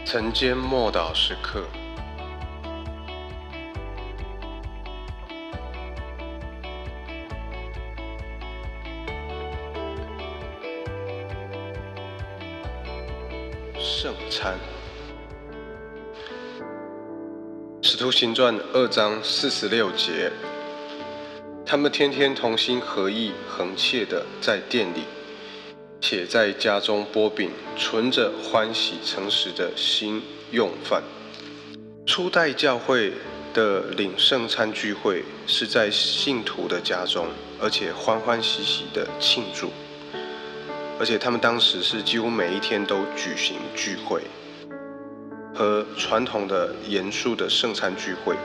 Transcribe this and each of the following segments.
晨间默祷时刻，圣餐。使徒行传2章46节，他们天天同心合意，恒切的在店里，且在家中擘饼，存着欢喜诚实的心用饭。初代教会的领圣餐聚会是在信徒的家中，而且欢欢喜喜的庆祝，而且他们当时是几乎每一天都举行聚会，和传统的严肃的圣餐聚会，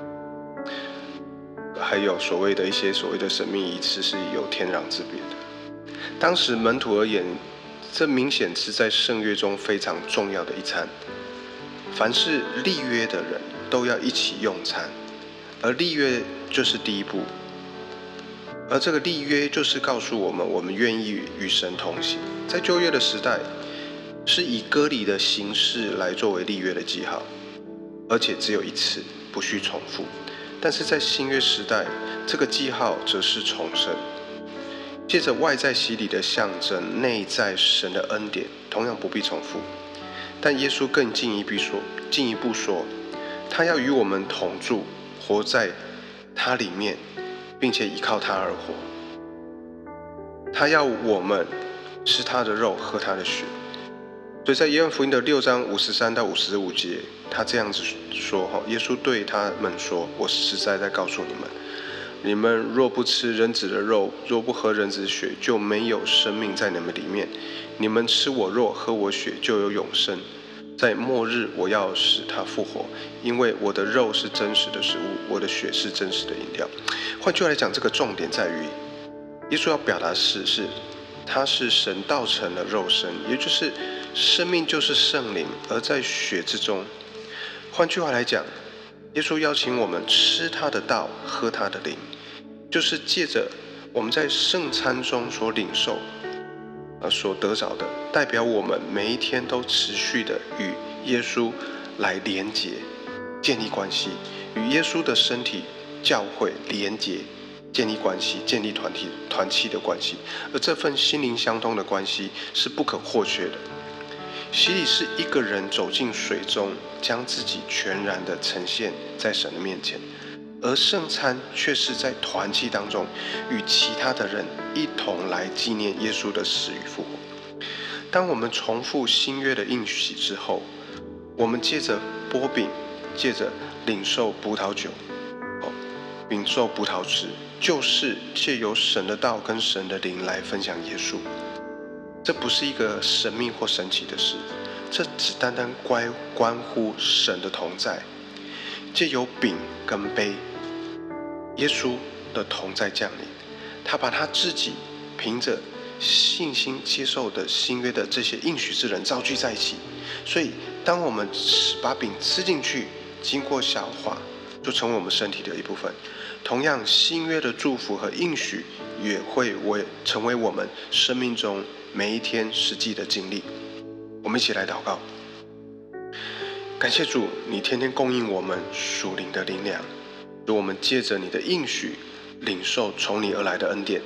还有所谓的神秘仪式是有天壤之别的。当时门徒而言，这明显是在圣约中非常重要的一餐。凡是立约的人都要一起用餐，而立约就是第一步。而这个立约就是告诉我们，我们愿意与神同行。在旧约的时代，是以割礼的形式来作为立约的记号，而且只有一次，不需重复。但是在新约时代，这个记号则是重生，借着外在洗礼的象征，内在神的恩典，同样不必重复。但耶稣更进一步说，他要与我们同住，活在他里面，并且依靠他而活。他要我们吃他的肉，喝他的血。所以在约翰福音的6章53到55节，他这样子说，耶稣对他们说，我实在在告诉你们，你们若不吃人子的肉，若不喝人子的血，就没有生命在你们里面。你们吃我肉，喝我血，就有永生。在末日我要使他复活，因为我的肉是真实的食物，我的血是真实的饮料。换句话来讲，这个重点在于，耶稣要表达的是他是神道成了肉身，也就是生命就是圣灵，而在血之中。换句话来讲，耶稣邀请我们吃他的道，喝他的灵，就是借着我们在圣餐中所领受所得着的，代表我们每一天都持续的与耶稣来连结，建立关系，与耶稣的身体教会连结，建立关系，建立团契的关系。而这份心灵相通的关系是不可或缺的。洗礼是一个人走进水中，将自己全然的呈现在神的面前，而圣餐却是在团契当中与其他的人一同来纪念耶稣的死与复活。当我们重复新约的应许之后，我们借着擘饼，借着领受葡萄酒，领受葡萄汁，就是借由神的道跟神的灵来分享耶稣。这不是一个神秘或神奇的事，这只单单关乎神的同在。借由饼跟杯，耶稣的同在降临，他把他自己凭着信心接受的新约的这些应许之人召聚在一起。所以当我们把饼吃进去，经过消化，就成为我们身体的一部分。同样，新约的祝福和应许也会成为我们生命中每一天实际的经历。我们一起来祷告。感谢主，你天天供应我们属灵的灵粮，如我们借着你的应许领受从你而来的恩典。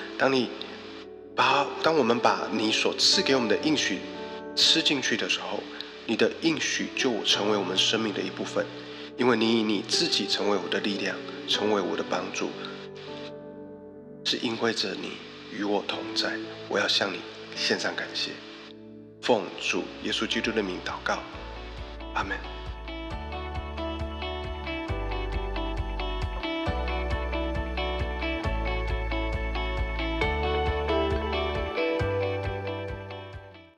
当我们把你所赐给我们的应许吃进去的时候，你的应许就成为我们生命的一部分，因为你以你自己成为我的力量，成为我的帮助，是因为着你与我同在。我要向你献上感谢，奉主耶稣基督的名祷告，阿们。